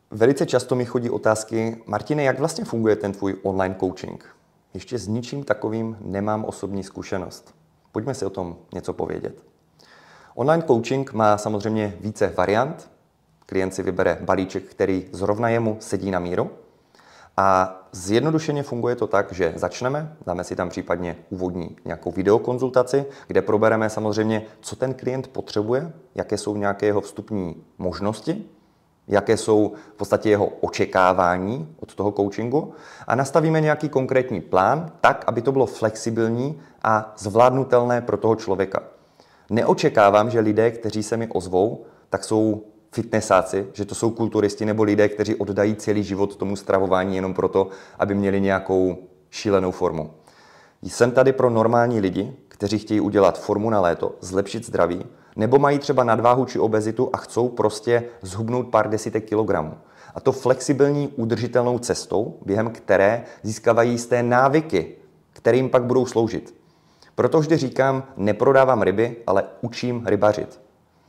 Velice často mi chodí otázky: Martine, jak vlastně funguje ten tvůj online coaching? Ještě s ničím takovým nemám osobní zkušenost. Pojďme si o tom něco povědět. Online coaching má samozřejmě více variant. Klient si vybere balíček, který zrovna jemu sedí na míru. A zjednodušeně funguje to tak, že začneme, dáme si tam případně úvodní nějakou videokonzultaci, kde probereme samozřejmě, co ten klient potřebuje, jaké jsou nějaké jeho vstupní možnosti, jaké jsou v podstatě jeho očekávání od toho coachingu a nastavíme nějaký konkrétní plán tak, aby to bylo flexibilní a zvládnutelné pro toho člověka. Neočekávám, že lidé, kteří se mi ozvou, tak jsou fitnessáci, že to jsou kulturisti nebo lidé, kteří oddají celý život tomu stravování jenom proto, aby měli nějakou šílenou formu. Jsem tady pro normální lidi, kteří chtějí udělat formu na léto, zlepšit zdraví, nebo mají třeba nadváhu či obezitu a chcou prostě zhubnout pár desítek kilogramů. A to flexibilní, udržitelnou cestou, během které získávají z té návyky, které jim pak budou sloužit. Proto vždy říkám, neprodávám ryby, ale učím rybařit.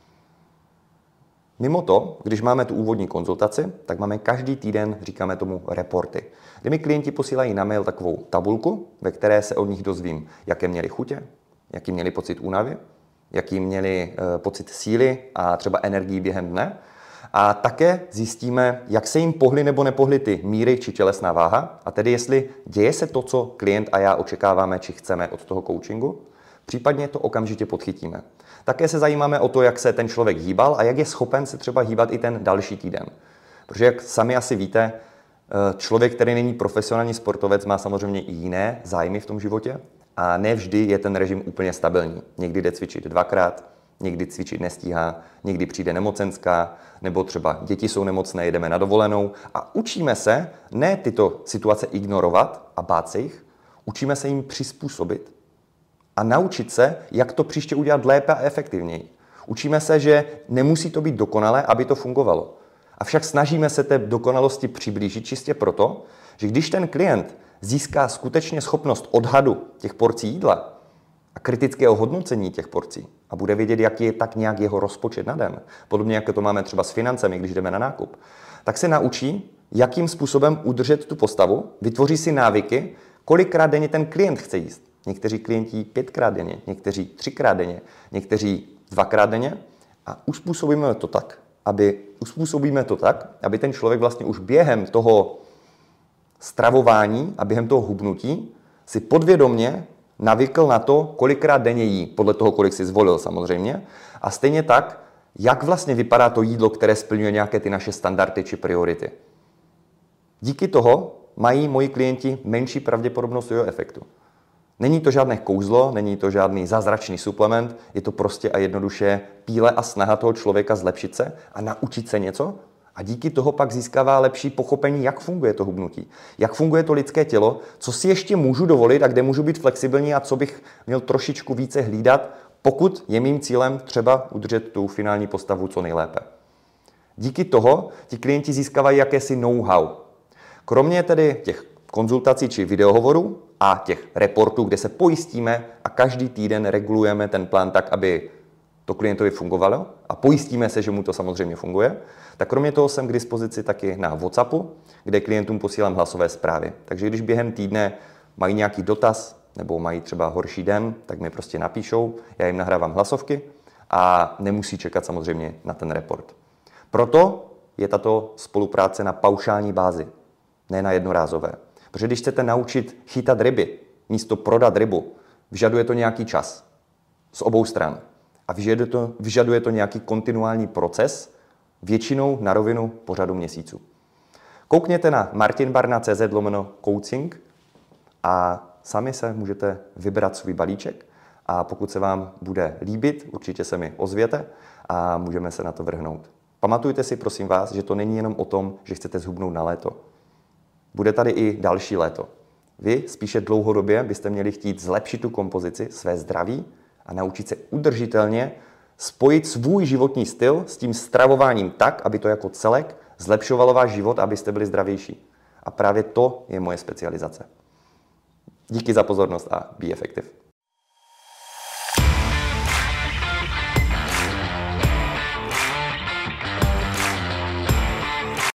Mimo to, když máme tu úvodní konzultaci, tak máme každý týden, říkáme tomu, reporty, kde mi klienti posílají na mail takovou tabulku, ve které se od nich dozvím, jaké měli chutě, jaký měli pocit únavy, jaký měli pocit síly a třeba energii během dne. A také zjistíme, jak se jim pohly nebo nepohly ty míry či tělesná váha, a tedy jestli děje se to, co klient a já očekáváme či chceme od toho coachingu, případně to okamžitě podchytíme. Také se zajímáme o to, jak se ten člověk hýbal a jak je schopen se třeba hýbat i ten další týden. Protože jak sami asi víte, člověk, který není profesionální sportovec, má samozřejmě i jiné zájmy v tom životě a ne vždy je ten režim úplně stabilní. Někdy jde cvičit dvakrát, někdy cvičit nestíhá, někdy přijde nemocenská, nebo třeba děti jsou nemocné, jedeme na dovolenou a učíme se ne tyto situace ignorovat a bát se jich, učíme se jim přizpůsobit a naučit se, jak to příště udělat lépe a efektivněji. Učíme se, že nemusí to být dokonalé, aby to fungovalo. Avšak snažíme se té dokonalosti přiblížit čistě proto, že když ten klient získá skutečně schopnost odhadu těch porcí jídla a kritického hodnocení těch porcí a bude vědět, jaký je tak nějak jeho rozpočet na den, podobně jako to máme třeba s financemi, když jdeme na nákup, tak se naučí, jakým způsobem udržet tu postavu, vytvoří si návyky, kolikrát denně ten klient chce jíst. Někteří klienti 5krát denně, někteří 3krát denně, někteří 2krát denně a uspůsobíme to tak, aby ten člověk vlastně už během toho stravování a během toho hubnutí si podvědomě navykl na to, kolikrát denně jí, podle toho, kolik si zvolil samozřejmě, a stejně tak, jak vlastně vypadá to jídlo, které splňuje nějaké ty naše standardy či priority. Díky toho mají moji klienti menší pravděpodobnost jeho efektu. Není to žádné kouzlo, není to žádný zázračný suplement, je to prostě a jednoduše píle a snaha toho člověka zlepšit se a naučit se něco a díky toho pak získává lepší pochopení, jak funguje to hubnutí, jak funguje to lidské tělo, co si ještě můžu dovolit a kde můžu být flexibilní a co bych měl trošičku více hlídat, pokud je mým cílem třeba udržet tu finální postavu co nejlépe. Díky toho ti klienti získávají jakési know-how. Kromě tedy těch konzultací či videohovorů a těch reportů, kde se pojistíme a každý týden regulujeme ten plán tak, aby to klientovi fungovalo a pojistíme se, že mu to samozřejmě funguje, tak kromě toho jsem k dispozici taky na WhatsAppu, kde klientům posílám hlasové zprávy. Takže když během týdne mají nějaký dotaz nebo mají třeba horší den, tak mi prostě napíšou, já jim nahrávám hlasovky a nemusí čekat samozřejmě na ten report. Proto je tato spolupráce na paušální bázi, ne na jednorázové. Protože když chcete naučit chytat ryby, místo prodat rybu, vyžaduje to nějaký čas z obou stran. A vyžaduje to nějaký kontinuální proces, většinou na rovinu po řadu měsíců. Koukněte na martinbarna.cz/coaching a sami se můžete vybrat svůj balíček. A pokud se vám bude líbit, určitě se mi ozvěte a můžeme se na to vrhnout. Pamatujte si, prosím vás, že to není jenom o tom, že chcete zhubnout na léto. Bude tady i další léto. Vy spíše dlouhodobě byste měli chtít zlepšit tu kompozici, své zdraví a naučit se udržitelně spojit svůj životní styl s tím stravováním tak, aby to jako celek zlepšovalo váš život, abyste byli zdravější. A právě to je moje specializace. Díky za pozornost a be effective.